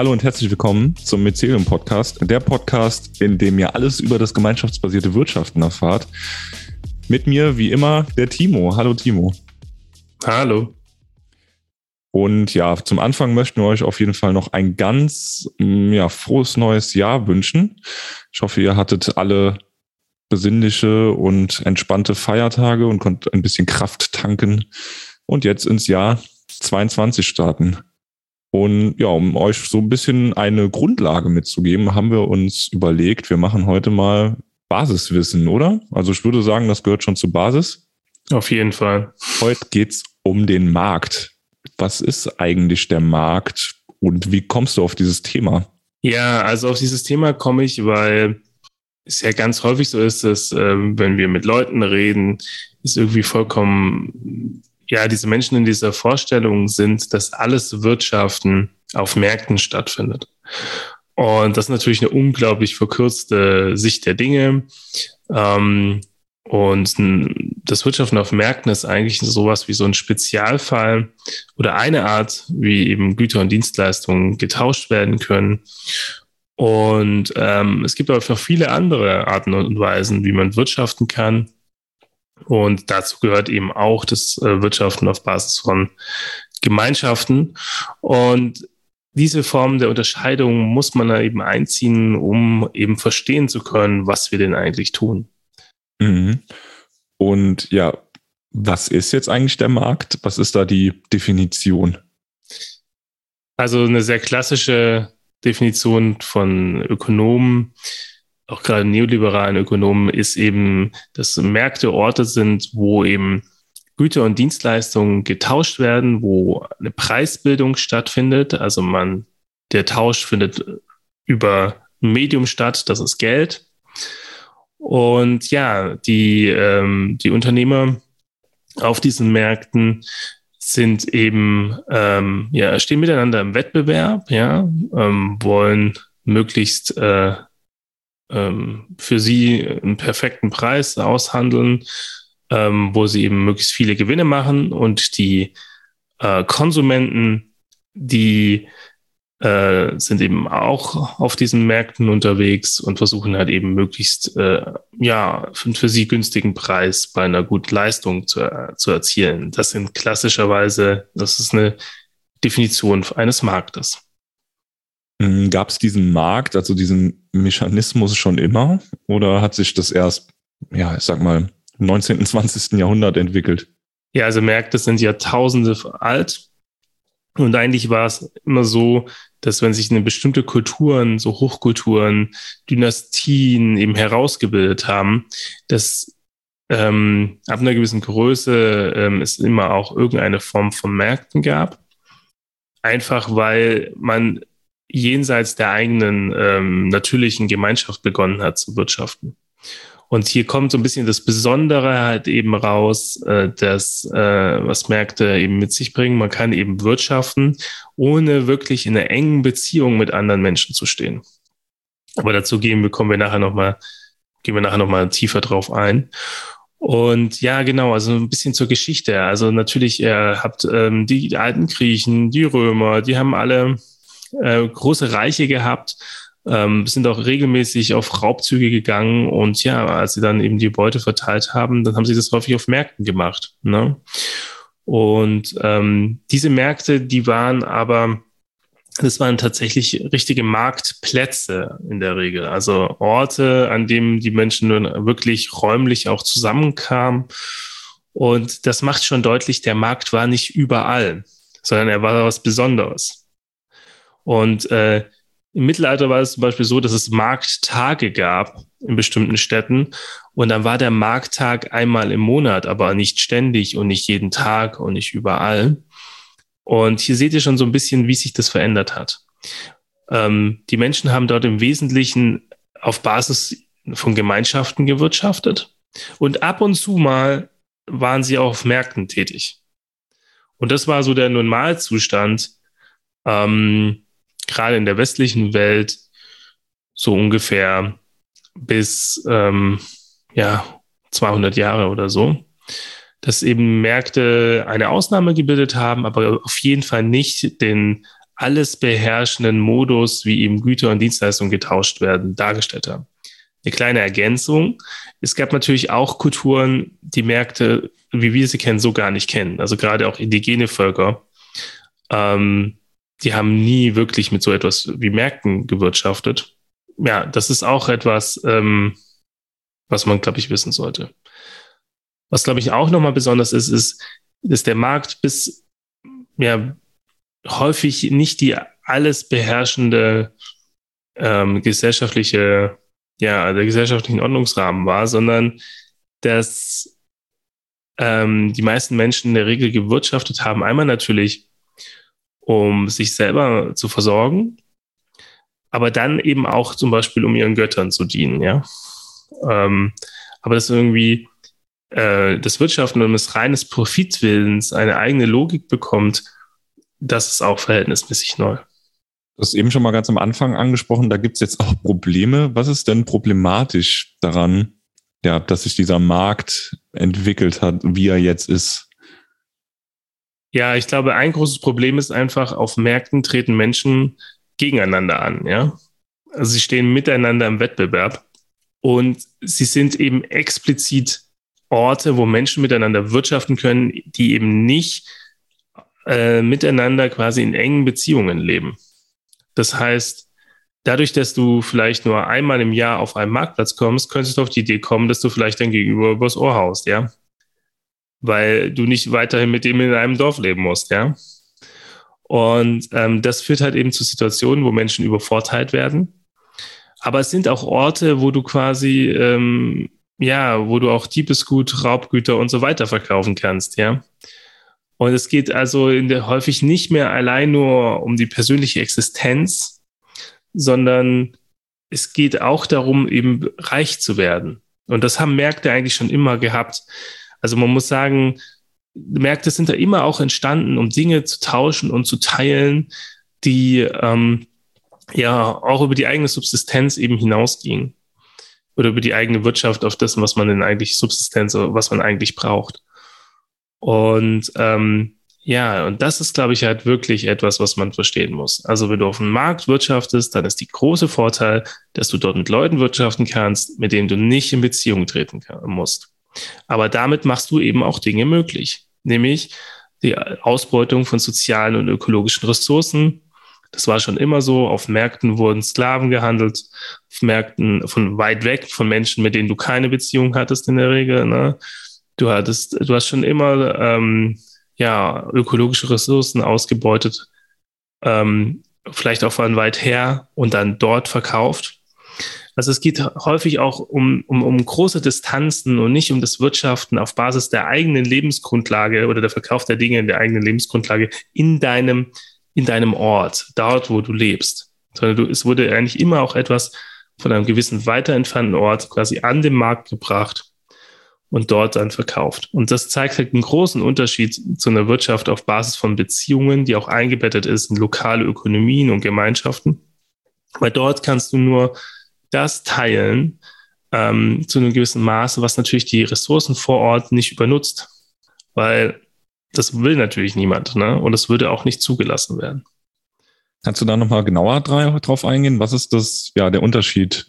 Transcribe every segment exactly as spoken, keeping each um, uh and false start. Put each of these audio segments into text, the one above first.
Hallo und herzlich willkommen zum Mycelium Podcast, der Podcast, in dem ihr alles über das gemeinschaftsbasierte Wirtschaften erfahrt. Mit mir, wie immer, der Timo. Hallo Timo. Hallo. Und ja, zum Anfang möchten wir euch auf jeden Fall noch ein ganz ja, frohes neues Jahr wünschen. Ich hoffe, ihr hattet alle besinnliche und entspannte Feiertage und konntet ein bisschen Kraft tanken und jetzt ins Jahr zweiundzwanzig starten. Und ja, um euch so ein bisschen eine Grundlage mitzugeben, haben wir uns überlegt, wir machen heute mal Basiswissen, oder? Also ich würde sagen, das gehört schon zur Basis. Auf jeden Fall. Heute geht's um den Markt. Was ist eigentlich der Markt und wie kommst du auf dieses Thema? Ja, also auf dieses Thema komme ich, weil es ja ganz häufig so ist, dass ähm, wenn wir mit Leuten reden, ist irgendwie vollkommen, ja, diese Menschen in dieser Vorstellung sind, dass alles Wirtschaften auf Märkten stattfindet. Und das ist natürlich eine unglaublich verkürzte Sicht der Dinge. Ähm, und das Wirtschaften auf Märkten ist eigentlich sowas wie so ein Spezialfall oder eine Art, wie eben Güter und Dienstleistungen getauscht werden können. Und ähm, es gibt aber noch viele andere Arten und Weisen, wie man wirtschaften kann. Und dazu gehört eben auch das äh, Wirtschaften auf Basis von Gemeinschaften. Und diese Form der Unterscheidung muss man da eben einziehen, um eben verstehen zu können, was wir denn eigentlich tun. Mhm. Und ja, was ist jetzt eigentlich der Markt? Was ist da die Definition? Also eine sehr klassische Definition von Ökonomen, auch gerade neoliberalen Ökonomen, ist eben, dass Märkte Orte sind, wo eben Güter und Dienstleistungen getauscht werden, wo eine Preisbildung stattfindet. Also man, der Tausch findet über ein Medium statt, das ist Geld. Und ja, die, ähm, die Unternehmer auf diesen Märkten sind eben, ähm, ja, stehen miteinander im Wettbewerb, ja, ähm, wollen möglichst äh, ähm, für sie einen perfekten Preis aushandeln, ähm, wo sie eben möglichst viele Gewinne machen und die äh, Konsumenten, die äh, sind eben auch auf diesen Märkten unterwegs und versuchen halt eben möglichst äh, ja für, für sie günstigen Preis bei einer guten Leistung zu, äh, zu erzielen. Das sind klassischerweise, das ist eine Definition eines Marktes. Gab es diesen Markt, also diesen Mechanismus schon immer? Oder hat sich das erst, ja, ich sag mal, im neunzehnten, zwanzigsten Jahrhundert entwickelt? Ja, also Märkte sind Jahrtausende alt. Und eigentlich war es immer so, dass wenn sich eine bestimmte Kulturen, so Hochkulturen, Dynastien eben herausgebildet haben, dass ähm, ab einer gewissen Größe ähm, es immer auch irgendeine Form von Märkten gab. Einfach weil man jenseits der eigenen ähm, natürlichen Gemeinschaft begonnen hat zu wirtschaften. Und hier kommt so ein bisschen das Besondere halt eben raus, äh, dass äh, was Märkte eben mit sich bringen. Man kann eben wirtschaften, ohne wirklich in einer engen Beziehung mit anderen Menschen zu stehen. Aber dazu gehen wir, kommen wir nachher noch mal, gehen wir nachher noch mal tiefer drauf ein. Und ja, genau, also ein bisschen zur Geschichte. Also natürlich, ihr habt ähm, die alten Griechen, die Römer, die haben alle äh, große Reiche gehabt. Ähm, sind auch regelmäßig auf Raubzüge gegangen und ja, als sie dann eben die Beute verteilt haben, dann haben sie das häufig auf Märkten gemacht, ne? Und ähm, diese Märkte, die waren aber, das waren tatsächlich richtige Marktplätze in der Regel, also Orte, an denen die Menschen nun wirklich räumlich auch zusammenkamen. Und das macht schon deutlich, der Markt war nicht überall, sondern er war was Besonderes. Und äh, im Mittelalter war es zum Beispiel so, dass es Markttage gab in bestimmten Städten und dann war der Markttag einmal im Monat, aber nicht ständig und nicht jeden Tag und nicht überall. Und hier seht ihr schon so ein bisschen, wie sich das verändert hat. Ähm, die Menschen haben dort im Wesentlichen auf Basis von Gemeinschaften gewirtschaftet und ab und zu mal waren sie auch auf Märkten tätig. Und das war so der Normalzustand, ähm, gerade in der westlichen Welt, so ungefähr bis ähm, ja, zweihundert Jahre oder so, dass eben Märkte eine Ausnahme gebildet haben, aber auf jeden Fall nicht den alles beherrschenden Modus, wie eben Güter und Dienstleistungen getauscht werden, dargestellt haben. Eine kleine Ergänzung. Es gab natürlich auch Kulturen, die Märkte, wie wir sie kennen, so gar nicht kennen. Also gerade auch indigene Völker, ähm, die haben nie wirklich mit so etwas wie Märkten gewirtschaftet. Ja, das ist auch etwas, ähm, was man, glaube ich, wissen sollte. Was, glaube ich, auch nochmal besonders ist, ist, dass der Markt bis, ja, häufig nicht die alles beherrschende ähm, gesellschaftliche, ja, der gesellschaftlichen Ordnungsrahmen war, sondern dass ähm, die meisten Menschen in der Regel gewirtschaftet haben. Einmal natürlich, um sich selber zu versorgen, aber dann eben auch zum Beispiel, um ihren Göttern zu dienen, ja. Ähm, aber das irgendwie äh, das Wirtschaften um des reines Profitwillens eine eigene Logik bekommt, das ist auch verhältnismäßig neu. Du hast eben schon mal ganz am Anfang angesprochen, da gibt es jetzt auch Probleme. Was ist denn problematisch daran, ja, dass sich dieser Markt entwickelt hat, wie er jetzt ist? Ja, ich glaube, ein großes Problem ist einfach, auf Märkten treten Menschen gegeneinander an, ja. Also sie stehen miteinander im Wettbewerb und sie sind eben explizit Orte, wo Menschen miteinander wirtschaften können, die eben nicht äh, miteinander quasi in engen Beziehungen leben. Das heißt, dadurch, dass du vielleicht nur einmal im Jahr auf einen Marktplatz kommst, könntest du auf die Idee kommen, dass du vielleicht dein Gegenüber übers Ohr haust, ja. Weil du nicht weiterhin mit dem in einem Dorf leben musst, ja. Und ähm, das führt halt eben zu Situationen, wo Menschen übervorteilt werden. Aber es sind auch Orte, wo du quasi, ähm, ja, wo du auch Diebesgut, Raubgüter und so weiter verkaufen kannst, ja. Und es geht also in der, häufig nicht mehr allein nur um die persönliche Existenz, sondern es geht auch darum, eben reich zu werden. Und das haben Märkte eigentlich schon immer gehabt. Also man muss sagen, Märkte sind da immer auch entstanden, um Dinge zu tauschen und zu teilen, die ähm, ja auch über die eigene Subsistenz eben hinausgingen. Oder über die eigene Wirtschaft auf das, was man denn eigentlich Subsistenz, was man eigentlich braucht. Und ähm, ja, und das ist, glaube ich, halt wirklich etwas, was man verstehen muss. Also wenn du auf dem Markt wirtschaftest, dann ist die große Vorteil, dass du dort mit Leuten wirtschaften kannst, mit denen du nicht in Beziehung treten kann, musst. Aber damit machst du eben auch Dinge möglich, nämlich die Ausbeutung von sozialen und ökologischen Ressourcen. Das war schon immer so. Auf Märkten wurden Sklaven gehandelt, auf Märkten von weit weg, von Menschen, mit denen du keine Beziehung hattest in der Regel. Ne? Du hattest, du hast schon immer ähm, ja, ökologische Ressourcen ausgebeutet, ähm, vielleicht auch von weit her und dann dort verkauft. Also es geht häufig auch um, um, um große Distanzen und nicht um das Wirtschaften auf Basis der eigenen Lebensgrundlage oder der Verkauf der Dinge in der eigenen Lebensgrundlage in deinem, in deinem Ort, dort, wo du lebst. Sondern du, es wurde eigentlich immer auch etwas von einem gewissen weiter entfernten Ort quasi an den Markt gebracht und dort dann verkauft. Und das zeigt halt einen großen Unterschied zu einer Wirtschaft auf Basis von Beziehungen, die auch eingebettet ist in lokale Ökonomien und Gemeinschaften. Weil dort kannst du nur das teilen ähm, zu einem gewissen Maße, was natürlich die Ressourcen vor Ort nicht übernutzt, weil das will natürlich niemand, ne? Und das würde auch nicht zugelassen werden. Kannst du da nochmal genauer drauf eingehen? Was ist das, ja, der Unterschied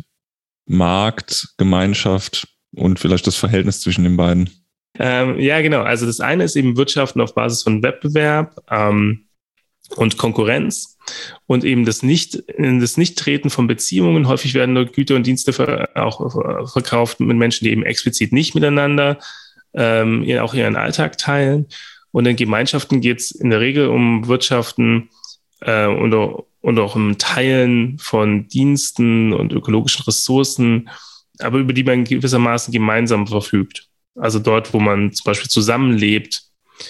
Markt, Gemeinschaft und vielleicht das Verhältnis zwischen den beiden? Ähm, ja, genau. Also das eine ist eben Wirtschaften auf Basis von Wettbewerb ähm, und Konkurrenz. Und eben das Nicht, das Nicht-Treten von Beziehungen. Häufig werden nur Güter und Dienste ver, auch verkauft mit Menschen, die eben explizit nicht miteinander ähm, auch ihren Alltag teilen. Und in Gemeinschaften geht es in der Regel um Wirtschaften äh, und, auch, und auch um Teilen von Diensten und ökologischen Ressourcen, aber über die man gewissermaßen gemeinsam verfügt. Also dort, wo man zum Beispiel zusammenlebt.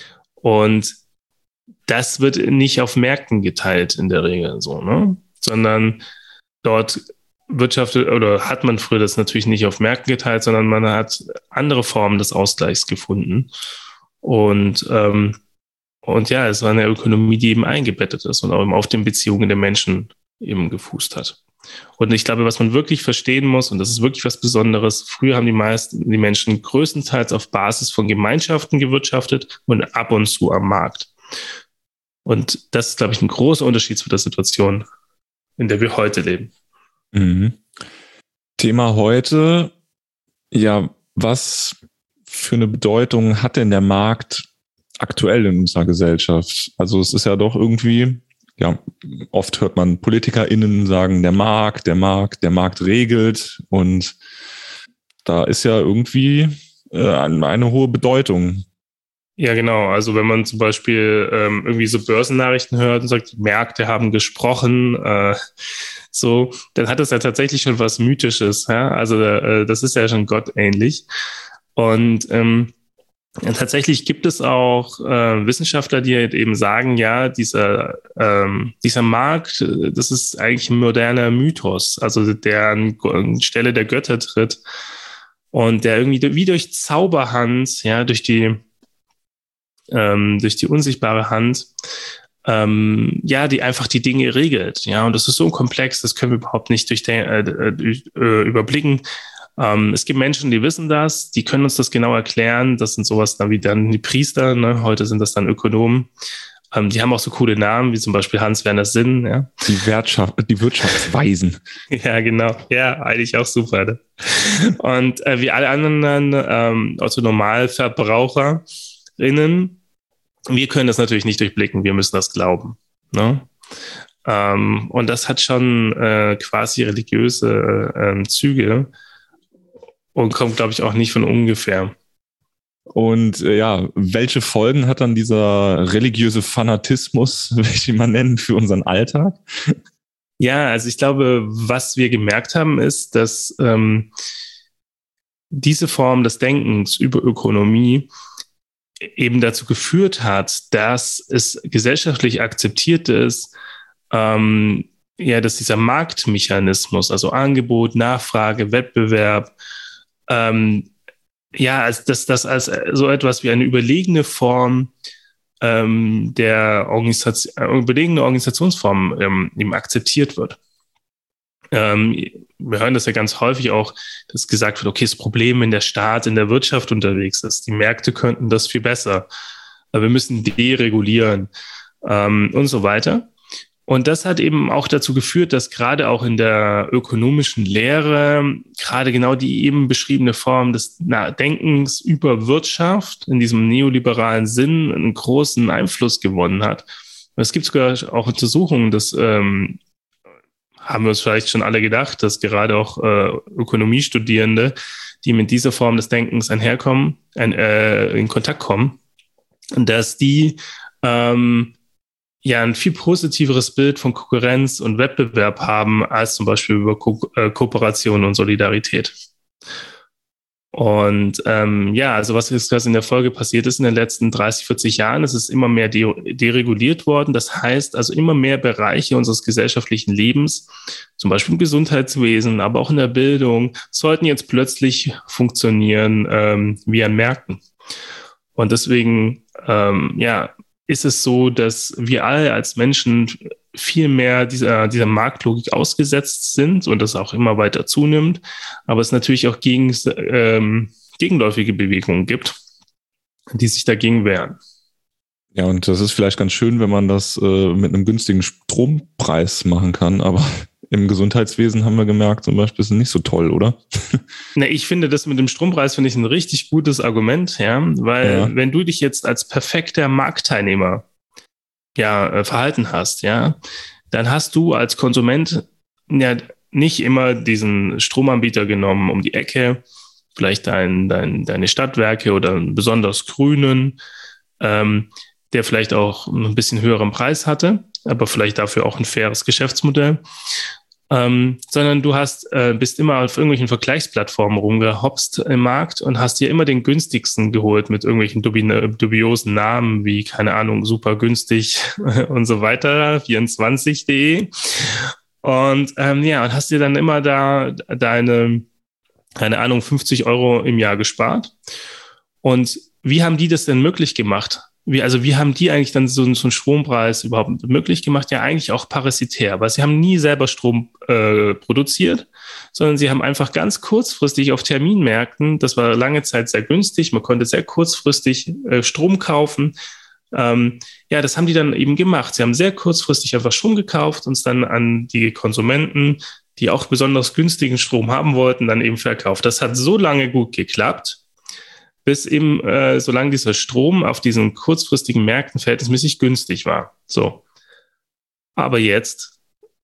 Und das wird nicht auf Märkten geteilt in der Regel so, ne? Sondern dort wirtschaftet oder hat man früher das natürlich nicht auf Märkten geteilt, sondern man hat andere Formen des Ausgleichs gefunden. Und, ähm, und ja, es war eine Ökonomie, die eben eingebettet ist und auch eben auf den Beziehungen der Menschen eben gefußt hat. Und ich glaube, was man wirklich verstehen muss, und das ist wirklich was Besonderes, früher haben die meisten, die Menschen größtenteils auf Basis von Gemeinschaften gewirtschaftet und ab und zu am Markt. Und das ist, glaube ich, ein großer Unterschied zu der Situation, in der wir heute leben. Mhm. Thema heute, ja, was für eine Bedeutung hat denn der Markt aktuell in unserer Gesellschaft? Also es ist ja doch irgendwie, ja, oft hört man PolitikerInnen sagen, der Markt, der Markt, der Markt regelt, und da ist ja irgendwie äh, eine hohe Bedeutung. Ja, genau. Also wenn man zum Beispiel ähm, irgendwie so Börsennachrichten hört und sagt, die Märkte haben gesprochen, äh, so, dann hat das ja tatsächlich schon was Mythisches. Ja? Also äh, das ist ja schon gottähnlich. Und ähm, ja, tatsächlich gibt es auch äh, Wissenschaftler, die halt eben sagen, ja, dieser, ähm, dieser Markt, äh, das ist eigentlich ein moderner Mythos, also der an, an Stelle der Götter tritt und der irgendwie wie durch Zauberhand, ja, durch die ähm, durch die unsichtbare Hand, ähm, ja, die einfach die Dinge regelt, ja, und das ist so komplex, das können wir überhaupt nicht durch, den, äh, durch äh, überblicken. Ähm, es gibt Menschen, die wissen das, die können uns das genau erklären. Das sind sowas dann wie dann die Priester, ne? Heute sind das dann Ökonomen. Ähm, die haben auch so coole Namen, wie zum Beispiel Hans-Werner Sinn. Ja? Die, Wirtschaft, die Wirtschaftsweisen. Ja, genau. Ja, eigentlich auch super. Ne? Und äh, wie alle anderen ähm, Autonormalverbraucherinnen, wir können das natürlich nicht durchblicken, wir müssen das glauben. Ne? Ähm, und das hat schon äh, quasi religiöse äh, Züge. Und kommt, glaube ich, auch nicht von ungefähr. Und äh, ja, welche Folgen hat dann dieser religiöse Fanatismus, welche man nennen, für unseren Alltag? Ja, also ich glaube, was wir gemerkt haben, ist, dass ähm, diese Form des Denkens über Ökonomie eben dazu geführt hat, dass es gesellschaftlich akzeptiert ist, ähm, ja, dass dieser Marktmechanismus, also Angebot, Nachfrage, Wettbewerb, Ähm, ja, als dass das als so etwas wie eine überlegene Form ähm, der Organisation, äh, überlegene Organisationsform ähm, eben akzeptiert wird. Ähm, wir hören das ja ganz häufig auch, dass gesagt wird, okay, das Problem in der Staat, in der Wirtschaft unterwegs ist. Die Märkte könnten das viel besser. Aber wir müssen deregulieren ähm, und so weiter. Und das hat eben auch dazu geführt, dass gerade auch in der ökonomischen Lehre gerade genau die eben beschriebene Form des Denkens über Wirtschaft in diesem neoliberalen Sinn einen großen Einfluss gewonnen hat. Es gibt sogar auch Untersuchungen, das ähm, haben wir uns vielleicht schon alle gedacht, dass gerade auch äh, Ökonomiestudierende, die mit dieser Form des Denkens einherkommen, ein, äh, in Kontakt kommen, dass die ähm, ja ein viel positiveres Bild von Konkurrenz und Wettbewerb haben als zum Beispiel über Ko- äh, Kooperation und Solidarität. Und ähm, ja, also was jetzt in der Folge passiert ist in den letzten dreißig, vierzig Jahren, es ist immer mehr de- dereguliert worden. Das heißt also immer mehr Bereiche unseres gesellschaftlichen Lebens, zum Beispiel im Gesundheitswesen, aber auch in der Bildung, sollten jetzt plötzlich funktionieren ähm, wie an Märkten. Und deswegen, ähm, ja, ist es so, dass wir alle als Menschen viel mehr dieser, dieser Marktlogik ausgesetzt sind und das auch immer weiter zunimmt, aber es natürlich auch gegen, ähm, gegenläufige Bewegungen gibt, die sich dagegen wehren. Ja, und das ist vielleicht ganz schön, wenn man das äh, mit einem günstigen Strompreis machen kann, aber im Gesundheitswesen haben wir gemerkt, zum Beispiel ist es nicht so toll, oder? Na, ich finde das mit dem Strompreis finde ich ein richtig gutes Argument, ja, weil ja. Wenn du dich jetzt als perfekter Marktteilnehmer ja äh, verhalten hast, ja, dann hast du als Konsument ja nicht immer diesen Stromanbieter genommen um die Ecke, vielleicht dein, dein, deine Stadtwerke oder einen besonders grünen, ähm, der vielleicht auch ein bisschen höheren Preis hatte, aber vielleicht dafür auch ein faires Geschäftsmodell. Ähm, sondern du hast, äh, bist immer auf irgendwelchen Vergleichsplattformen rumgehopst im Markt und hast dir immer den günstigsten geholt mit irgendwelchen dubi- dubiosen Namen wie, keine Ahnung, super günstig und so weiter, vierundzwanzig punkt de. Und ähm, ja, und hast dir dann immer da deine, keine Ahnung, fünfzig Euro im Jahr gespart. Und wie haben die das denn möglich gemacht? Wie, also wie haben die eigentlich dann so, so einen Strompreis überhaupt möglich gemacht? Ja, eigentlich auch parasitär, weil sie haben nie selber Strom äh, produziert, sondern sie haben einfach ganz kurzfristig auf Terminmärkten, das war lange Zeit sehr günstig, man konnte sehr kurzfristig äh, Strom kaufen, Ähm, ja, das haben die dann eben gemacht. Sie haben sehr kurzfristig einfach Strom gekauft und es dann an die Konsumenten, die auch besonders günstigen Strom haben wollten, dann eben verkauft. Das hat so lange gut geklappt, bis eben, äh, solange dieser Strom auf diesen kurzfristigen Märkten verhältnismäßig günstig war. So. Aber jetzt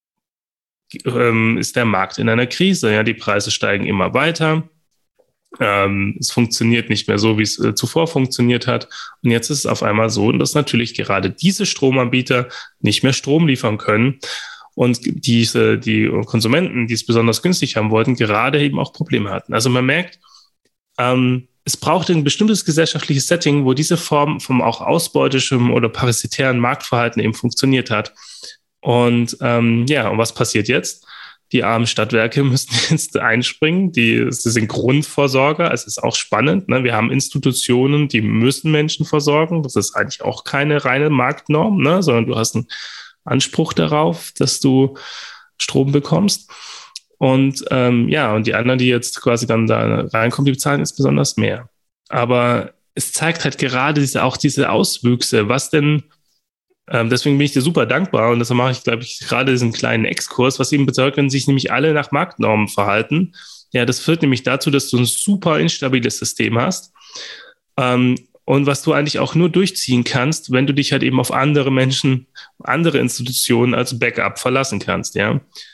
ähm, ist der Markt in einer Krise. Ja, die Preise steigen immer weiter. Ähm, es funktioniert nicht mehr so, wie es äh, zuvor funktioniert hat. Und jetzt ist es auf einmal so, dass natürlich gerade diese Stromanbieter nicht mehr Strom liefern können. Und diese, die Konsumenten, die es besonders günstig haben wollten, gerade eben auch Probleme hatten. Also man merkt, ähm, es braucht ein bestimmtes gesellschaftliches Setting, wo diese Form vom auch ausbeutischem oder parasitären Marktverhalten eben funktioniert hat. Und ähm, ja, und was passiert jetzt? Die armen Stadtwerke müssen jetzt einspringen. Die, sie sind Grundversorger. Es ist auch spannend. Ne? Wir haben Institutionen, die müssen Menschen versorgen. Das ist eigentlich auch keine reine Marktnorm, ne? Sondern du hast einen Anspruch darauf, dass du Strom bekommst. Und ähm, ja, und die anderen, die jetzt quasi dann da reinkommen, die bezahlen jetzt besonders mehr. Aber es zeigt halt gerade diese, auch diese Auswüchse, was denn, ähm, deswegen bin ich dir super dankbar und deshalb mache ich, glaube ich, gerade diesen kleinen Exkurs, was eben bedeutet, wenn sich nämlich alle nach Marktnormen verhalten. Ja, das führt nämlich dazu, dass du ein super instabiles System hast. Ähm, Und was du eigentlich auch nur durchziehen kannst, wenn du dich halt eben auf andere Menschen, andere Institutionen als Backup verlassen kannst, ja.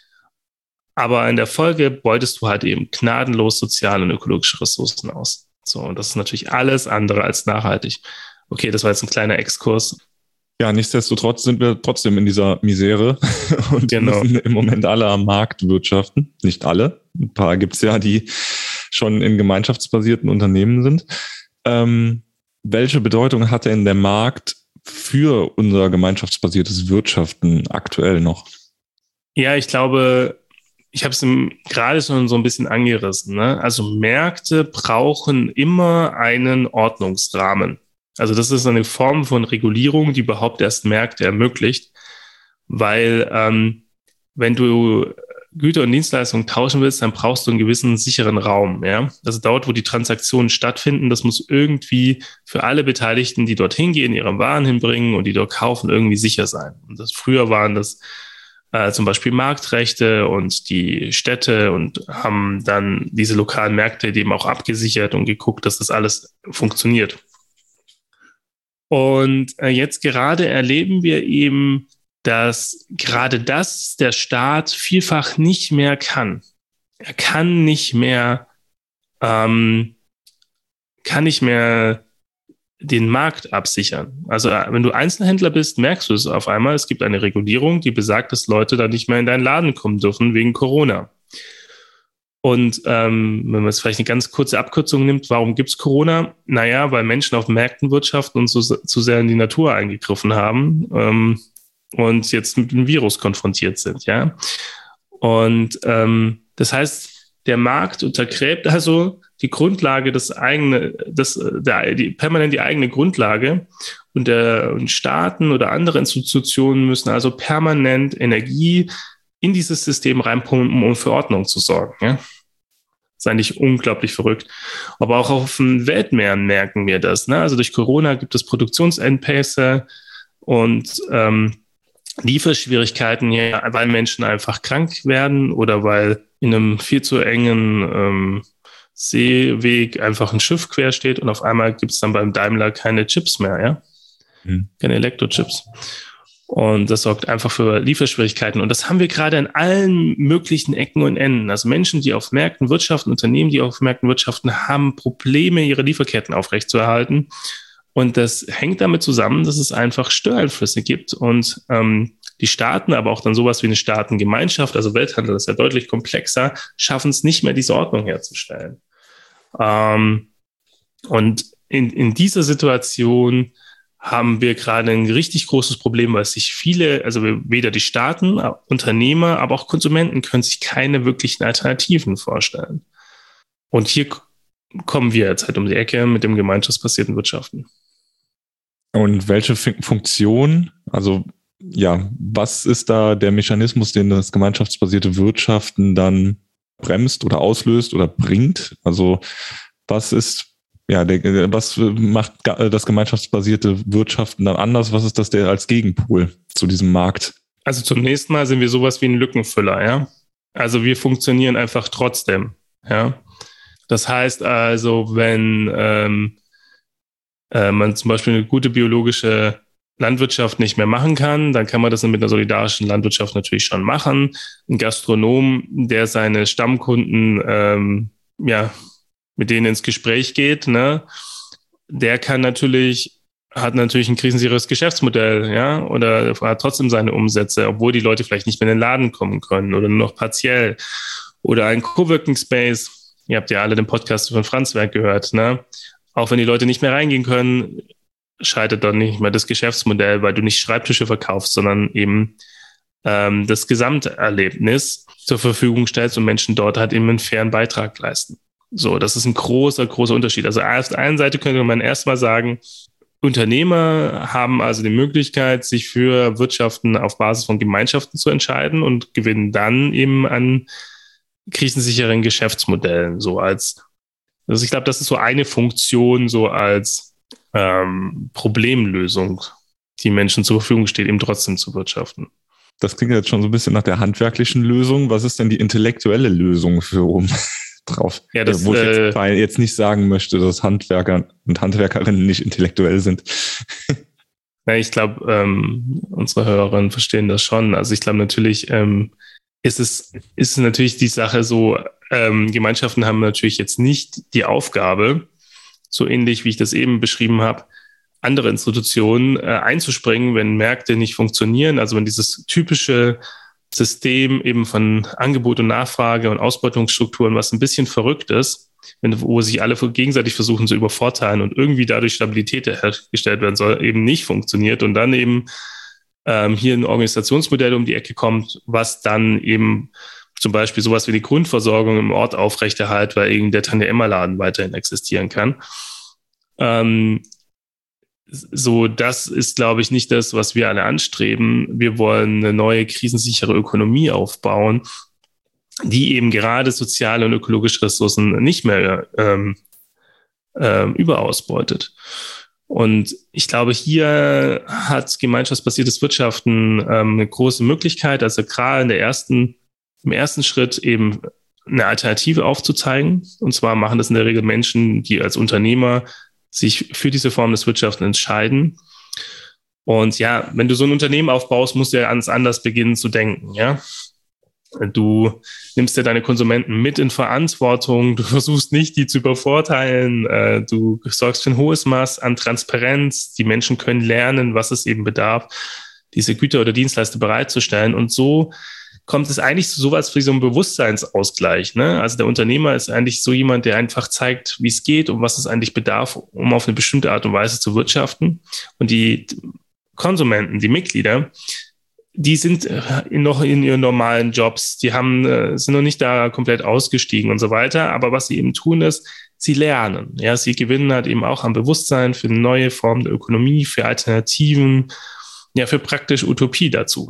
Aber in der Folge beutest du halt eben gnadenlos soziale und ökologische Ressourcen aus. So, und das ist natürlich alles andere als nachhaltig. Okay, das war jetzt ein kleiner Exkurs. Ja, nichtsdestotrotz sind wir trotzdem in dieser Misere und Genau. müssen im Moment alle am Markt wirtschaften. Nicht alle. Ein paar gibt's ja, die schon in gemeinschaftsbasierten Unternehmen sind. Ähm, welche Bedeutung hat denn der Markt für unser gemeinschaftsbasiertes Wirtschaften aktuell noch? Ja, ich glaube, ich habe es gerade schon so ein bisschen angerissen, ne? Also Märkte brauchen immer einen Ordnungsrahmen. Also das ist eine Form von Regulierung, die überhaupt erst Märkte ermöglicht, weil ähm, wenn du Güter und Dienstleistungen tauschen willst, dann brauchst du einen gewissen sicheren Raum. Ja? Also dort, wo die Transaktionen stattfinden, das muss irgendwie für alle Beteiligten, die dorthin gehen, ihre Waren hinbringen und die dort kaufen, irgendwie sicher sein. Und das früher waren das äh, zum Beispiel Marktrechte und die Städte und haben dann diese lokalen Märkte eben auch abgesichert und geguckt, dass das alles funktioniert. Und äh, jetzt gerade erleben wir eben, dass gerade das der Staat vielfach nicht mehr kann. Er kann nicht mehr, ähm, kann nicht mehr den Markt absichern. Also wenn du Einzelhändler bist, merkst du es auf einmal. Es gibt eine Regulierung, die besagt, dass Leute dann nicht mehr in deinen Laden kommen dürfen wegen Corona. Und ähm, wenn man jetzt vielleicht eine ganz kurze Abkürzung nimmt, warum gibt es Corona? Naja, weil Menschen auf Märkten wirtschaften und so, zu sehr in die Natur eingegriffen haben. Ähm, und jetzt mit dem Virus konfrontiert sind, ja. Und ähm, das heißt, der Markt untergräbt also die Grundlage, das eigene, das, der, die, permanent die eigene Grundlage und, der, und Staaten oder andere Institutionen müssen also permanent Energie in dieses System reinpumpen, um für Ordnung zu sorgen, ja. Das ist eigentlich unglaublich verrückt. Aber auch auf den Weltmeeren merken wir das, ne? Also durch Corona gibt es Produktionsengpässe und ähm, Lieferschwierigkeiten hier, weil Menschen einfach krank werden oder weil in einem viel zu engen ähm, Seeweg einfach ein Schiff quer steht und auf einmal gibt es dann beim Daimler keine Chips mehr, ja? Mhm. Keine Elektrochips. Und das sorgt einfach für Lieferschwierigkeiten. Und das haben wir gerade an allen möglichen Ecken und Enden. Also Menschen, die auf Märkten wirtschaften, Unternehmen, die auf Märkten wirtschaften, haben Probleme, ihre Lieferketten aufrechtzuerhalten. Und das hängt damit zusammen, dass es einfach Störeinflüsse gibt und ähm, die Staaten, aber auch dann sowas wie eine Staatengemeinschaft, also Welthandel, das ist ja deutlich komplexer, schaffen es nicht mehr, diese Ordnung herzustellen. Ähm, und in, in dieser Situation haben wir gerade ein richtig großes Problem, weil sich viele, also weder die Staaten, Unternehmer, aber auch Konsumenten können sich keine wirklichen Alternativen vorstellen. Und hier kommen wir jetzt halt um die Ecke mit dem gemeinschaftsbasierten Wirtschaften. Und welche Funktion, also ja, was ist da der Mechanismus, den das gemeinschaftsbasierte Wirtschaften dann bremst oder auslöst oder bringt? Also was ist ja, der, was macht das gemeinschaftsbasierte Wirtschaften dann anders? Was ist das der als Gegenpol zu diesem Markt? Also zunächst mal sind wir sowas wie ein Lückenfüller, ja. Also wir funktionieren einfach trotzdem, ja. Das heißt also, wenn ähm, äh, man zum Beispiel eine gute biologische Landwirtschaft nicht mehr machen kann, dann kann man das mit einer solidarischen Landwirtschaft natürlich schon machen. Ein Gastronom, der seine Stammkunden, ähm, ja, mit denen ins Gespräch geht, ne, der kann natürlich, hat natürlich ein krisensicheres Geschäftsmodell, ja, oder hat trotzdem seine Umsätze, obwohl die Leute vielleicht nicht mehr in den Laden kommen können oder nur noch partiell. Oder ein Coworking Space, ihr habt ja alle den Podcast von Franzwerk gehört, ne, auch wenn die Leute nicht mehr reingehen können, scheitert dann nicht mehr das Geschäftsmodell, weil du nicht Schreibtische verkaufst, sondern eben ähm, das Gesamterlebnis zur Verfügung stellst und Menschen dort halt eben einen fairen Beitrag leisten. So, das ist ein großer, großer Unterschied. Also auf der einen Seite könnte man erstmal sagen, Unternehmer haben also die Möglichkeit, sich für Wirtschaften auf Basis von Gemeinschaften zu entscheiden und gewinnen dann eben an krisensicheren Geschäftsmodellen. So als, also ich glaube, das ist so eine Funktion, so als ähm, Problemlösung, die Menschen zur Verfügung steht, eben trotzdem zu wirtschaften. Das klingt jetzt schon so ein bisschen nach der handwerklichen Lösung. Was ist denn die intellektuelle Lösung für um drauf? Ja, das, Wo ich jetzt, äh, jetzt nicht sagen möchte, dass Handwerker und Handwerkerinnen nicht intellektuell sind. Ja, ich glaube, ähm, unsere Hörerinnen verstehen das schon. Also ich glaube natürlich, ähm, ist es ist natürlich die Sache so, ähm, Gemeinschaften haben natürlich jetzt nicht die Aufgabe, so ähnlich wie ich das eben beschrieben habe, andere Institutionen äh, einzuspringen, wenn Märkte nicht funktionieren. Also wenn dieses typische System eben von Angebot und Nachfrage und Ausbeutungsstrukturen, was ein bisschen verrückt ist, wenn, wo sich alle gegenseitig versuchen zu übervorteilen und irgendwie dadurch Stabilität hergestellt werden soll, eben nicht funktioniert und dann eben ähm, hier ein Organisationsmodell um die Ecke kommt, was dann eben zum Beispiel sowas wie die Grundversorgung im Ort aufrechterhält, weil eben der Tante-Emma-Laden weiterhin existieren kann. Ähm, so, das ist, glaube ich, nicht das, was wir alle anstreben. Wir wollen eine neue krisensichere Ökonomie aufbauen, die eben gerade soziale und ökologische Ressourcen nicht mehr ähm, ähm, überausbeutet. Und ich glaube, hier hat gemeinschaftsbasiertes Wirtschaften ähm, eine große Möglichkeit, also gerade in der ersten, im ersten Schritt eben eine Alternative aufzuzeigen. Und zwar machen das in der Regel Menschen, die als Unternehmer sich für diese Form des Wirtschaftens entscheiden. Und ja, wenn du so ein Unternehmen aufbaust, musst du ja ganz anders beginnen zu denken, ja. Du nimmst ja deine Konsumenten mit in Verantwortung, du versuchst nicht, die zu übervorteilen, du sorgst für ein hohes Maß an Transparenz, die Menschen können lernen, was es eben bedarf, diese Güter oder Dienstleister bereitzustellen. Und so kommt es eigentlich zu sowas wie so einem Bewusstseinsausgleich, ne? Also der Unternehmer ist eigentlich so jemand, der einfach zeigt, wie es geht und was es eigentlich bedarf, um auf eine bestimmte Art und Weise zu wirtschaften. Und die Konsumenten, die Mitglieder, die sind noch in ihren normalen Jobs, die haben, sind noch nicht da komplett ausgestiegen und so weiter. Aber was sie eben tun ist, sie lernen. Ja, sie gewinnen halt eben auch am Bewusstsein für eine neue Form der Ökonomie, für Alternativen, ja, für praktisch Utopie dazu.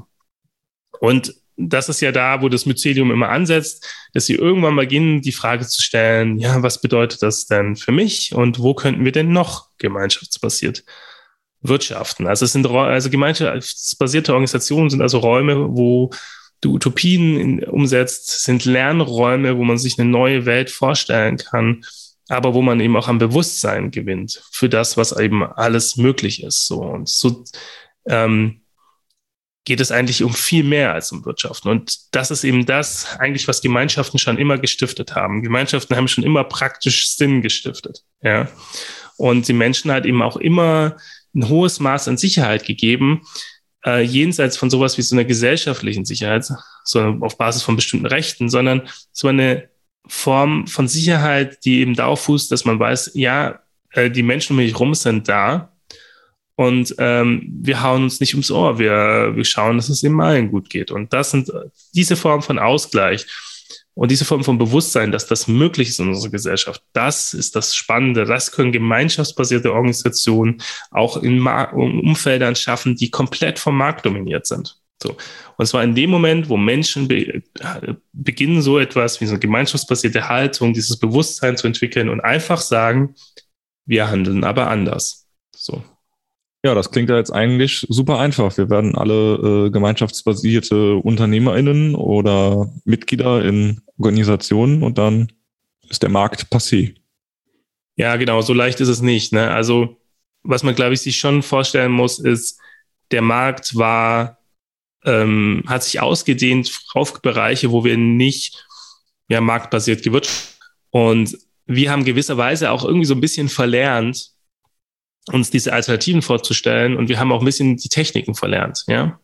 Und das ist ja da, wo das Mycelium immer ansetzt, dass sie irgendwann beginnen, die Frage zu stellen, ja, was bedeutet das denn für mich und wo könnten wir denn noch gemeinschaftsbasiert wirtschaften? Also es sind also gemeinschaftsbasierte Organisationen sind also Räume, wo du Utopien in, umsetzt, sind Lernräume, wo man sich eine neue Welt vorstellen kann, aber wo man eben auch am Bewusstsein gewinnt für das, was eben alles möglich ist. So und so ähm, geht es eigentlich um viel mehr als um Wirtschaften. Und das ist eben das eigentlich, was Gemeinschaften schon immer gestiftet haben. Gemeinschaften haben schon immer praktisch Sinn gestiftet. Ja. Und die Menschen hat eben auch immer ein hohes Maß an Sicherheit gegeben, äh, jenseits von sowas wie so einer gesellschaftlichen Sicherheit, so auf Basis von bestimmten Rechten, sondern so eine Form von Sicherheit, die eben darauf fußt, dass man weiß, ja, äh, die Menschen um mich rum sind da und ähm, wir hauen uns nicht ums Ohr, wir, wir schauen, dass es dem allen gut geht. Und das sind diese Form von Ausgleich und diese Form von Bewusstsein, dass das möglich ist in unserer Gesellschaft, das ist das Spannende. Das können gemeinschaftsbasierte Organisationen auch in Mar- Umfeldern schaffen, die komplett vom Markt dominiert sind. So. Und zwar in dem Moment, wo Menschen be- beginnen, so etwas wie so eine gemeinschaftsbasierte Haltung, dieses Bewusstsein zu entwickeln und einfach sagen, wir handeln aber anders. So. Ja, das klingt ja jetzt eigentlich super einfach. Wir werden alle äh, gemeinschaftsbasierte UnternehmerInnen oder Mitglieder in Organisationen und dann ist der Markt passé. Ja, genau, so leicht ist es nicht. Ne? Also, was man, glaube ich, sich schon vorstellen muss, ist, der Markt war, ähm, hat sich ausgedehnt auf Bereiche, wo wir nicht ja, marktbasiert gewirtschaftet haben. Und wir haben gewisserweise auch irgendwie so ein bisschen verlernt, uns diese Alternativen vorzustellen, und wir haben auch ein bisschen die Techniken verlernt, ja.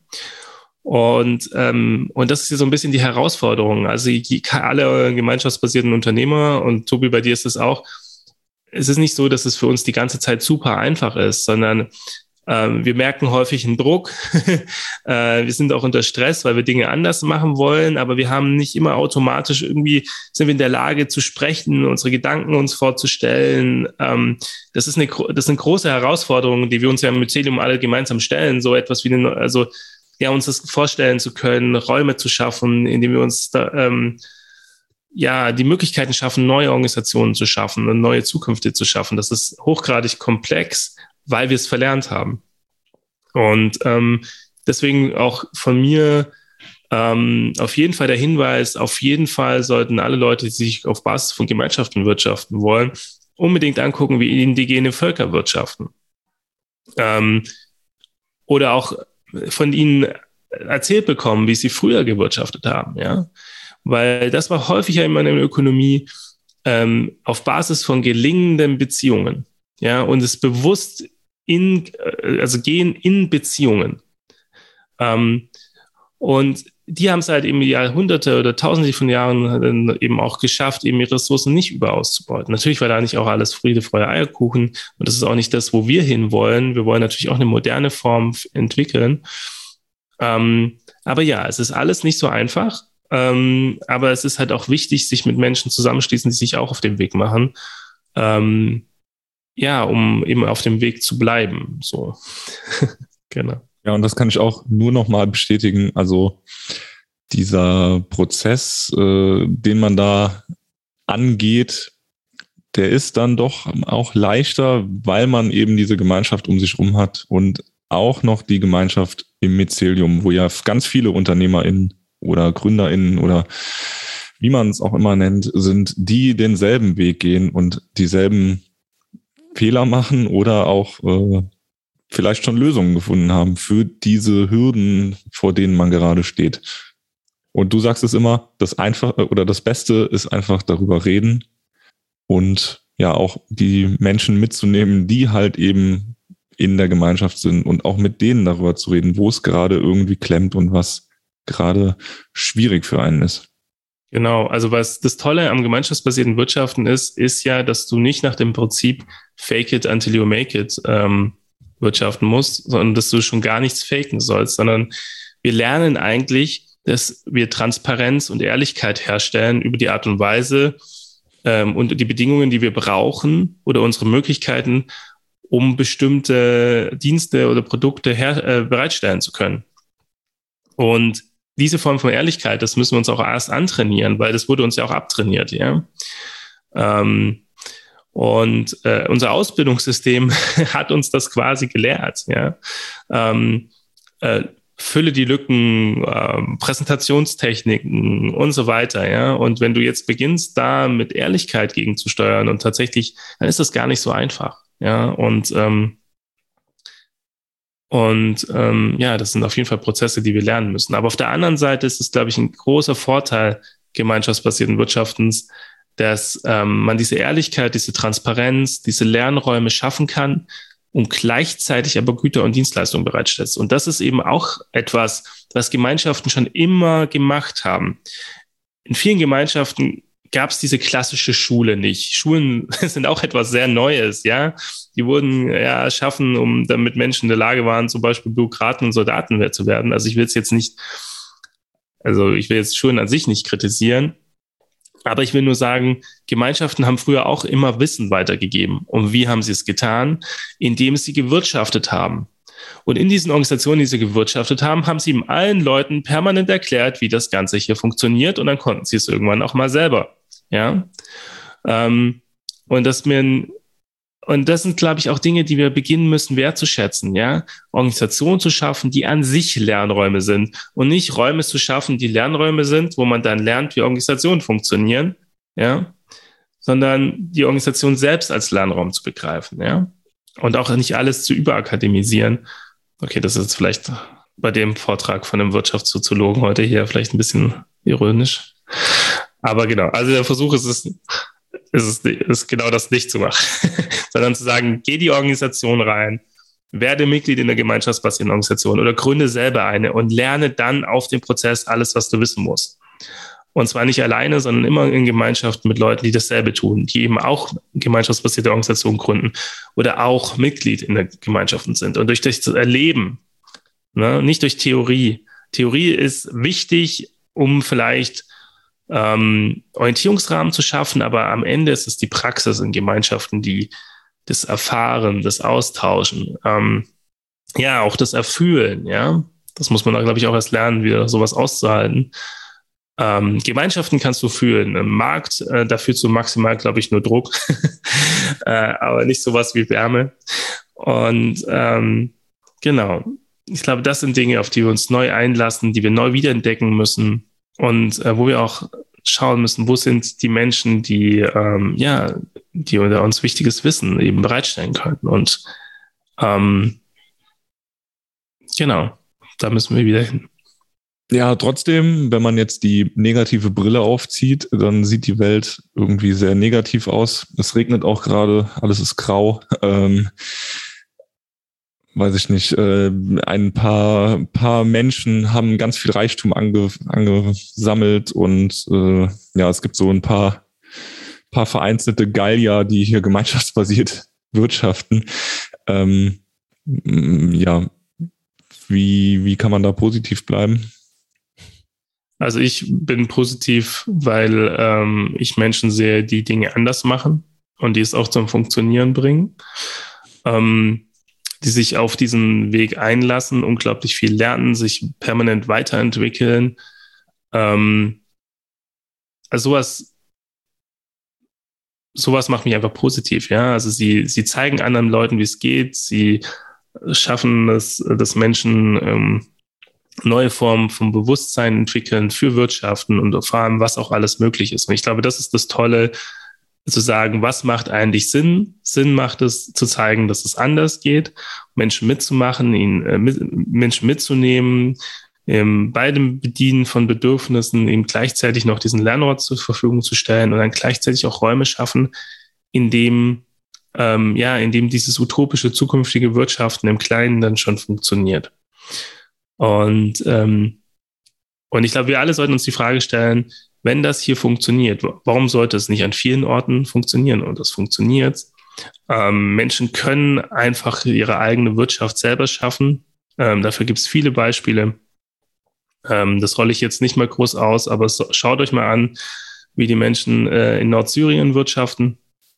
Und, ähm, und das ist ja so ein bisschen die Herausforderung. Also die, alle gemeinschaftsbasierten Unternehmer, und Tobi, bei dir ist es auch, es ist nicht so, dass es für uns die ganze Zeit super einfach ist, sondern ähm, wir merken häufig einen Druck. äh, wir sind auch unter Stress, weil wir Dinge anders machen wollen, aber wir haben nicht immer automatisch irgendwie, sind wir in der Lage zu sprechen, unsere Gedanken uns vorzustellen. Ähm, das ist eine, das sind große Herausforderungen, die wir uns ja im Mycelium alle gemeinsam stellen, so etwas wie eine, also ja, uns das vorstellen zu können, Räume zu schaffen, indem wir uns da, ähm, ja, die Möglichkeiten schaffen, neue Organisationen zu schaffen und neue Zukünfte zu schaffen. Das ist hochgradig komplex, weil wir es verlernt haben. Und ähm, deswegen auch von mir ähm, auf jeden Fall der Hinweis, auf jeden Fall sollten alle Leute, die sich auf Basis von Gemeinschaften wirtschaften wollen, unbedingt angucken, wie indigene Völker wirtschaften. Ähm, oder auch von ihnen erzählt bekommen, wie sie früher gewirtschaftet haben, ja. Weil das war häufig ja immer in der Ökonomie ähm, auf Basis von gelingenden Beziehungen, ja, und es bewusst in, also gehen in Beziehungen. Ähm, und die haben es halt eben Jahrhunderte oder Tausende von Jahren eben auch geschafft, eben ihre Ressourcen nicht überauszubeuten. Natürlich war da nicht auch alles Friede, Freude, Eierkuchen, und das ist auch nicht das, wo wir hinwollen. Wir wollen natürlich auch eine moderne Form entwickeln. Ähm, aber ja, es ist alles nicht so einfach. Ähm, aber es ist halt auch wichtig, sich mit Menschen zusammenschließen, die sich auch auf dem Weg machen. Ähm, ja, um eben auf dem Weg zu bleiben. So. Genau. Ja, und das kann ich auch nur noch mal bestätigen. Also dieser Prozess, äh, den man da angeht, der ist dann doch auch leichter, weil man eben diese Gemeinschaft um sich rum hat und auch noch die Gemeinschaft im Mycelium, wo ja ganz viele UnternehmerInnen oder GründerInnen oder wie man es auch immer nennt, sind, die denselben Weg gehen und dieselben Fehler machen oder auch äh, vielleicht schon Lösungen gefunden haben für diese Hürden, vor denen man gerade steht. Und du sagst es immer, das Einfache oder das Beste ist einfach darüber reden und ja auch die Menschen mitzunehmen, die halt eben in der Gemeinschaft sind und auch mit denen darüber zu reden, wo es gerade irgendwie klemmt und was gerade schwierig für einen ist. Genau, also was das Tolle am gemeinschaftsbasierten Wirtschaften ist, ist ja, dass du nicht nach dem Prinzip fake it until you make it ähm, wirtschaften musst, sondern dass du schon gar nichts faken sollst, sondern wir lernen eigentlich, dass wir Transparenz und Ehrlichkeit herstellen über die Art und Weise ähm, und die Bedingungen, die wir brauchen oder unsere Möglichkeiten, um bestimmte Dienste oder Produkte her, äh, bereitstellen zu können. Und diese Form von Ehrlichkeit, das müssen wir uns auch erst antrainieren, weil das wurde uns ja auch abtrainiert, ja. Ähm, und äh, unser Ausbildungssystem hat uns das quasi gelehrt, ja. Ähm, äh, Fülle die Lücken, äh, Präsentationstechniken und so weiter, ja. Und wenn du jetzt beginnst, da mit Ehrlichkeit gegenzusteuern und tatsächlich, dann ist das gar nicht so einfach, ja. Und ähm, Und ähm, ja, das sind auf jeden Fall Prozesse, die wir lernen müssen. Aber auf der anderen Seite ist es, glaube ich, ein großer Vorteil gemeinschaftsbasierten Wirtschaftens, dass ähm, man diese Ehrlichkeit, diese Transparenz, diese Lernräume schaffen kann und gleichzeitig aber Güter und Dienstleistungen bereitstellt. Und das ist eben auch etwas, was Gemeinschaften schon immer gemacht haben. In vielen Gemeinschaften gab es diese klassische Schule nicht. Schulen sind auch etwas sehr Neues, ja. Die wurden ja erschaffen, um damit Menschen in der Lage waren, zum Beispiel Bürokraten und Soldaten zu werden. Also ich will es jetzt nicht, also ich will jetzt Schulen an sich nicht kritisieren, aber ich will nur sagen, Gemeinschaften haben früher auch immer Wissen weitergegeben. Und wie haben sie es getan? Indem sie gewirtschaftet haben. Und in diesen Organisationen, die sie gewirtschaftet haben, haben sie eben allen Leuten permanent erklärt, wie das Ganze hier funktioniert. Und dann konnten sie es irgendwann auch mal selber. Ja, ähm, und dass man Und das sind, glaube ich, auch Dinge, die wir beginnen müssen wertzuschätzen, ja. Organisationen zu schaffen, die an sich Lernräume sind und nicht Räume zu schaffen, die Lernräume sind, wo man dann lernt, wie Organisationen funktionieren, ja, sondern die Organisation selbst als Lernraum zu begreifen, ja. Und auch nicht alles zu überakademisieren. Okay, das ist jetzt vielleicht bei dem Vortrag von einem Wirtschaftssoziologen heute hier vielleicht ein bisschen ironisch. Aber genau, also der Versuch ist es, ist es ist genau das nicht zu machen, sondern zu sagen, geh die Organisation rein, werde Mitglied in der gemeinschaftsbasierten Organisation oder gründe selber eine und lerne dann auf dem Prozess alles, was du wissen musst. Und zwar nicht alleine, sondern immer in Gemeinschaft mit Leuten, die dasselbe tun, die eben auch gemeinschaftsbasierte Organisationen gründen oder auch Mitglied in der Gemeinschaft sind. Und durch das Erleben, ne, nicht durch Theorie. Theorie ist wichtig, um vielleicht ähm, Orientierungsrahmen zu schaffen, aber am Ende ist es die Praxis in Gemeinschaften, die das Erfahren, das Austauschen, ähm, ja, auch das Erfühlen, ja. Das muss man, glaube ich, auch erst lernen, wieder sowas auszuhalten. Ähm, Gemeinschaften kannst du fühlen. Im Markt, äh, da fühlst du maximal, glaube ich, nur Druck, äh, aber nicht sowas wie Wärme. Und ähm, genau, ich glaube, das sind Dinge, auf die wir uns neu einlassen, die wir neu wiederentdecken müssen und äh, wo wir auch schauen müssen, wo sind die Menschen, die ähm, ja, die uns wichtiges Wissen eben bereitstellen könnten. Und ähm, genau, da müssen wir wieder hin. Ja, trotzdem, wenn man jetzt die negative Brille aufzieht, dann sieht die Welt irgendwie sehr negativ aus. Es regnet auch gerade, alles ist grau. Ähm, weiß ich nicht, äh, ein paar, paar Menschen haben ganz viel Reichtum ange, angesammelt und äh, ja, es gibt so ein paar, paar vereinzelte Gallier, die hier gemeinschaftsbasiert wirtschaften. Ähm, ja, wie, wie kann man da positiv bleiben? Also ich bin positiv, weil ähm, ich Menschen sehe, die Dinge anders machen und die es auch zum Funktionieren bringen, ähm, die sich auf diesen Weg einlassen, unglaublich viel lernen, sich permanent weiterentwickeln. Ähm, also sowas, sowas macht mich einfach positiv, ja. Also sie, sie zeigen anderen Leuten, wie es geht, sie schaffen es, dass Menschen ähm, neue Formen von Bewusstsein entwickeln für Wirtschaften und erfahren, was auch alles möglich ist. Und ich glaube, das ist das Tolle, zu sagen, was macht eigentlich Sinn? Sinn macht es, zu zeigen, dass es anders geht, Menschen mitzumachen, ihnen, äh, mit, Menschen mitzunehmen, ähm, bei dem Bedienen von Bedürfnissen eben gleichzeitig noch diesen Lernort zur Verfügung zu stellen und dann gleichzeitig auch Räume schaffen, in dem, ähm, ja, in dem dieses utopische zukünftige Wirtschaften im Kleinen dann schon funktioniert. Und, ähm, und ich glaube, wir alle sollten uns die Frage stellen, wenn das hier funktioniert, warum sollte es nicht an vielen Orten funktionieren? Und das funktioniert. Ähm, Menschen können einfach ihre eigene Wirtschaft selber schaffen. Ähm, dafür gibt es viele Beispiele. Ähm, das rolle ich jetzt nicht mal groß aus, aber so, schaut euch mal an, wie die Menschen äh, in Nordsyrien wirtschaften.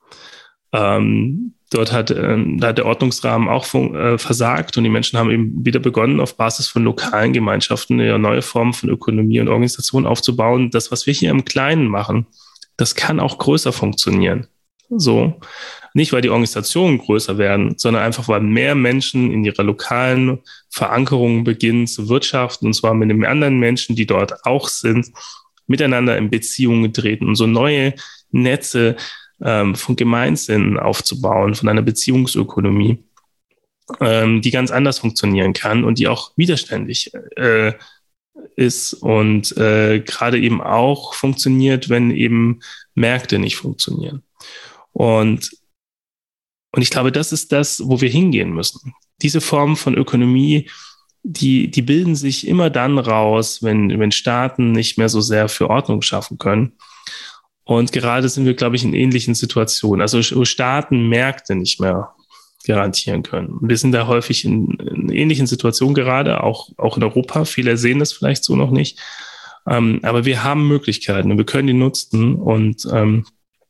Ähm, dort hat, äh, da hat der Ordnungsrahmen auch fun- äh, versagt und die Menschen haben eben wieder begonnen, auf Basis von lokalen Gemeinschaften eine neue Form von Ökonomie und Organisation aufzubauen. Das, was wir hier im Kleinen machen, das kann auch größer funktionieren. So. Nicht, weil die Organisationen größer werden, sondern einfach, weil mehr Menschen in ihrer lokalen Verankerung beginnen zu wirtschaften, und zwar mit den anderen Menschen, die dort auch sind, miteinander in Beziehungen treten und so neue Netze ähm, von Gemeinsinn aufzubauen, von einer Beziehungsökonomie, ähm, die ganz anders funktionieren kann und die auch widerständig äh, ist und äh, gerade eben auch funktioniert, wenn eben Märkte nicht funktionieren. Und, und ich glaube, das ist das, wo wir hingehen müssen. Diese Form von Ökonomie, die, die bilden sich immer dann raus, wenn, wenn Staaten nicht mehr so sehr für Ordnung schaffen können. Und gerade sind wir, glaube ich, in ähnlichen Situationen. Also Staaten Märkte nicht mehr garantieren können. Und wir sind da häufig in, in ähnlichen Situationen gerade, auch, auch in Europa. Viele sehen das vielleicht so noch nicht. Ähm, aber wir haben Möglichkeiten und wir können die nutzen. Und, ähm,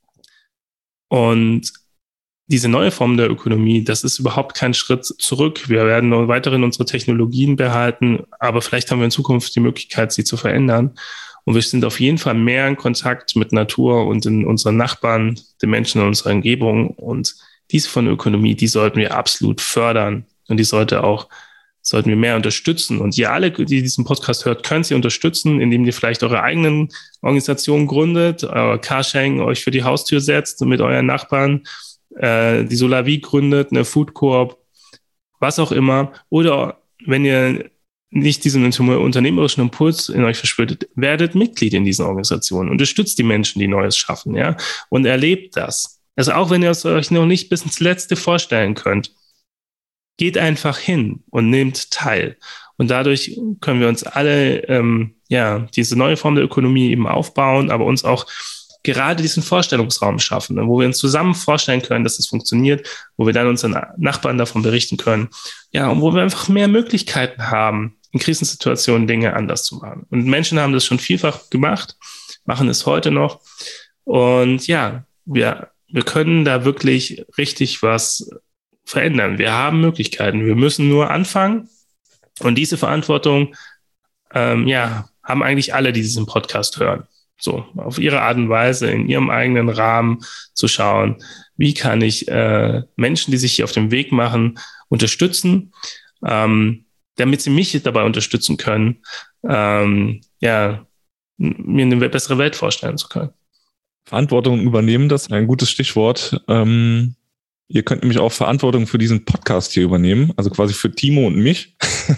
und diese neue Form der Ökonomie, das ist überhaupt kein Schritt zurück. Wir werden noch weiterhin unsere Technologien behalten, aber vielleicht haben wir in Zukunft die Möglichkeit, sie zu verändern. Und wir sind auf jeden Fall mehr in Kontakt mit Natur und in unseren Nachbarn, den Menschen in unserer Umgebung. Und diese Form der Ökonomie, die sollten wir absolut fördern und die sollte auch, sollten wir mehr unterstützen. Und ihr alle, die diesen Podcast hört, könnt sie unterstützen, indem ihr vielleicht eure eigenen Organisationen gründet, euer Carsharing euch für die Haustür setzt und mit euren Nachbarn äh, die Solavi gründet, eine Food Coop, was auch immer. Oder wenn ihr nicht diesen unternehmerischen Impuls in euch verspürt, werdet Mitglied in diesen Organisationen, unterstützt die Menschen, die Neues schaffen, ja, und erlebt das. Also auch wenn ihr es euch noch nicht bis ins Letzte vorstellen könnt, geht einfach hin und nehmt teil. Und dadurch können wir uns alle, ähm, ja, diese neue Form der Ökonomie eben aufbauen, aber uns auch gerade diesen Vorstellungsraum schaffen, wo wir uns zusammen vorstellen können, dass es funktioniert, wo wir dann unseren Nachbarn davon berichten können, ja, und wo wir einfach mehr Möglichkeiten haben, in Krisensituationen Dinge anders zu machen. Und Menschen haben das schon vielfach gemacht, machen es heute noch. Und ja, wir, wir können da wirklich richtig was verändern. Wir haben Möglichkeiten. Wir müssen nur anfangen. Und diese Verantwortung, ähm, ja, haben eigentlich alle, die diesen Podcast hören. So, auf ihre Art und Weise, in ihrem eigenen Rahmen zu schauen, wie kann ich äh, Menschen, die sich hier auf dem Weg machen, unterstützen, ähm, damit sie mich dabei unterstützen können, ähm, ja, mir eine bessere Welt vorstellen zu können. Verantwortung übernehmen, das ist ein gutes Stichwort. Ähm, ihr könnt nämlich auch Verantwortung für diesen Podcast hier übernehmen, also quasi für Timo und mich,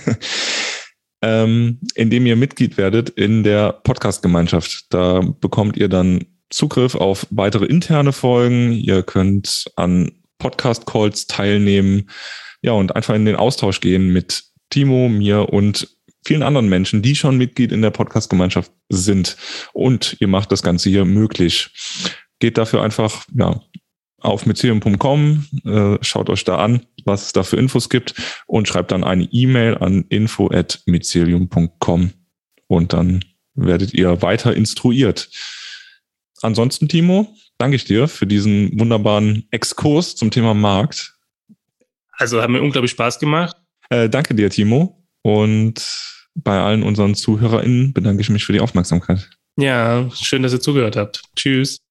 ähm, indem ihr Mitglied werdet in der Podcast-Gemeinschaft. Da bekommt ihr dann Zugriff auf weitere interne Folgen. Ihr könnt an Podcast-Calls teilnehmen, ja, und einfach in den Austausch gehen mit Timo, mir und vielen anderen Menschen, die schon Mitglied in der Podcast-Gemeinschaft sind. Und ihr macht das Ganze hier möglich. Geht dafür einfach ja, auf mycelium punkt com, äh, schaut euch da an, was es da für Infos gibt und schreibt dann eine E-Mail an info at mycelium punkt com und dann werdet ihr weiter instruiert. Ansonsten, Timo, danke ich dir für diesen wunderbaren Exkurs zum Thema Markt. Also hat mir unglaublich Spaß gemacht. Äh, danke dir, Timo. Und bei allen unseren ZuhörerInnen bedanke ich mich für die Aufmerksamkeit. Ja, schön, dass ihr zugehört habt. Tschüss.